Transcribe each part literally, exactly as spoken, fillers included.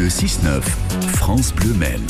Le six neuf, France Bleu Maine.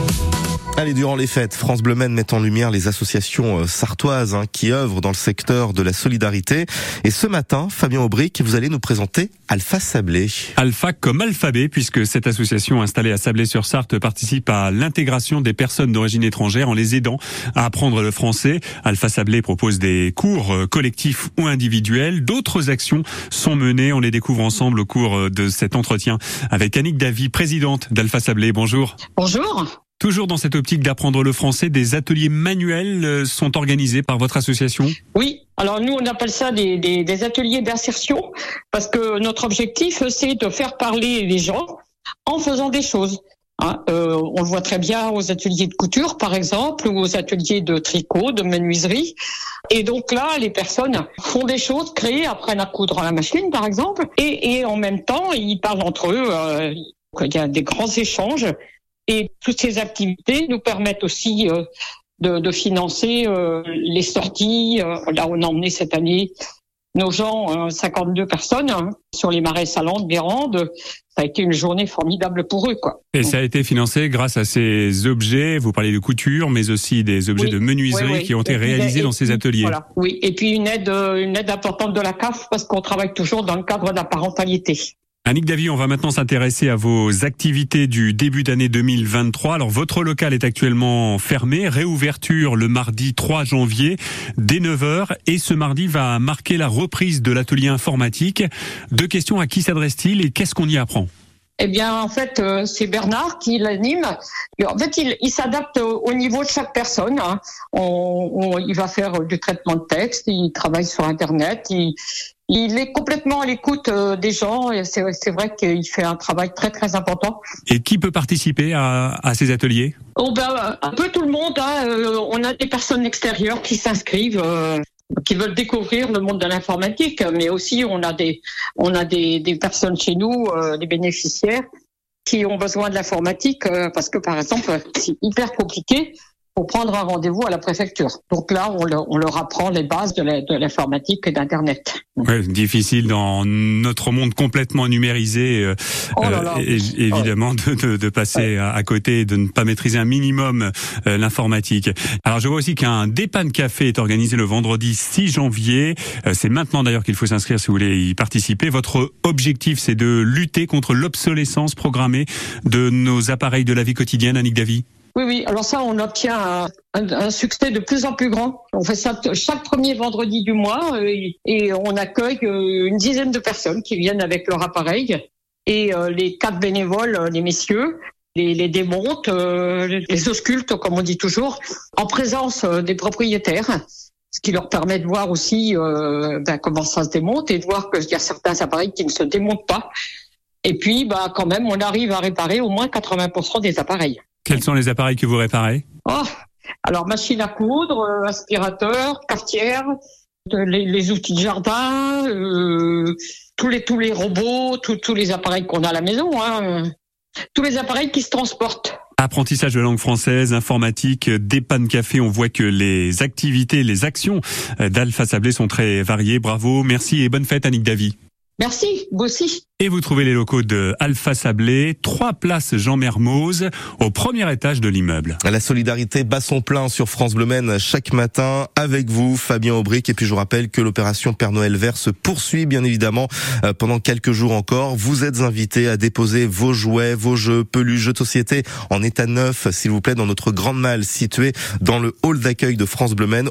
Allez, durant les fêtes, France Bleu Maine met en lumière les associations sartoises hein, qui œuvrent dans le secteur de la solidarité. Et ce matin, Fabien Aubric, vous allez nous présenter Alpha Sablé. Alpha comme alphabet, puisque cette association installée à Sablé-sur-Sarthe participe à l'intégration des personnes d'origine étrangère en les aidant à apprendre le français. Alpha Sablé propose des cours collectifs ou individuels. D'autres actions sont menées. On les découvre ensemble au cours de cet entretien avec Annick Davy, présidente d'Alpha Sablé. Bonjour. Bonjour. Toujours dans cette optique d'apprendre le français, des ateliers manuels sont organisés par votre association ? Oui, alors nous on appelle ça des, des, des ateliers d'insertion parce que notre objectif c'est de faire parler les gens en faisant des choses. Hein, euh, on le voit très bien aux ateliers de couture par exemple ou aux ateliers de tricot, de menuiserie. Et donc là, les personnes font des choses, créent, apprennent à coudre à la machine par exemple et, et en même temps ils parlent entre eux. Euh, il y a des grands échanges. Et toutes ces activités nous permettent aussi euh, de, de financer euh, les sorties. Euh, là, on a emmené cette année nos gens, euh, cinquante-deux personnes, hein, sur les marais salants de Guérande. Ça a été une journée formidable pour eux, quoi. Et ça a été financé grâce à ces objets. Vous parlez de couture, mais aussi des objets oui, de menuiserie oui, oui. qui ont été réalisés dans ces ateliers. Voilà. Oui, et puis une aide, une aide importante de la C A F parce qu'on travaille toujours dans le cadre de la parentalité. Annick Davy, on va maintenant s'intéresser à vos activités du début d'année deux mille vingt-trois. Alors, votre local est actuellement fermé. Réouverture le mardi trois janvier dès neuf heures. Et ce mardi va marquer la reprise de l'atelier informatique. Deux questions, à qui s'adresse-t-il et qu'est-ce qu'on y apprend ? Eh bien, en fait, euh, c'est Bernard qui l'anime. En fait, il, il s'adapte au niveau de chaque personne. Hein. On, on, il va faire du traitement de texte, il travaille sur Internet, il, il est complètement à l'écoute euh, des gens. Et c'est, c'est vrai qu'il fait un travail très, très important. Et qui peut participer à, à ces ateliers ? Oh ben, un peu tout le monde. Hein. Euh, on a des personnes extérieures qui s'inscrivent. Euh, qui veulent découvrir le monde de l'informatique, mais aussi on a des on a des, des personnes chez nous, euh, des bénéficiaires, qui ont besoin de l'informatique euh, parce que par exemple c'est hyper compliqué pour prendre un rendez-vous à la préfecture. Donc là, on, le, on leur apprend les bases de, la, de l'informatique et d'Internet. Ouais, difficile dans notre monde complètement numérisé, euh, oh là là. Euh, évidemment, oh. de, de, de passer ouais. à côté et de ne pas maîtriser un minimum euh, l'informatique. Alors, je vois aussi qu'un dépanne café est organisé le vendredi six janvier. Euh, c'est maintenant d'ailleurs qu'il faut s'inscrire si vous voulez y participer. Votre objectif, c'est de lutter contre l'obsolescence programmée de nos appareils de la vie quotidienne, Annick Davy ? Oui, oui. Alors ça, on obtient un, un, un succès de plus en plus grand. On fait ça chaque premier vendredi du mois et, et on accueille une dizaine de personnes qui viennent avec leur appareil. Et euh, les quatre bénévoles, les messieurs, les, les démontent, euh, les auscultent, comme on dit toujours, en présence des propriétaires. Ce qui leur permet de voir aussi euh, ben, comment ça se démonte et de voir qu'il y a certains appareils qui ne se démontent pas. Et puis, bah, quand même, on arrive à réparer au moins quatre-vingts pour cent des appareils. Quels sont les appareils que vous réparez ? Oh, alors machine à coudre, euh, aspirateur, cafetière, les, les outils de jardin, euh, tous les tous les robots, tous tous les appareils qu'on a à la maison, hein, tous les appareils qui se transportent. Apprentissage de langue française, informatique, dépanne café. On voit que les activités, les actions d'Alpha Sablé sont très variées. Bravo, merci et bonne fête, Annick Davy. Merci, vous aussi. Et vous trouvez les locaux de Alpha Sablé, trois places Jean Mermoz, au premier étage de l'immeuble. La solidarité bat son plein sur France Bleu Maine chaque matin avec vous, Fabien Aubric. Et puis je vous rappelle que l'opération Père Noël Vert se poursuit bien évidemment pendant quelques jours encore. Vous êtes invités à déposer vos jouets, vos jeux, peluches, jeux de société en état neuf, s'il vous plaît, dans notre grande malle située dans le hall d'accueil de France Bleu Maine.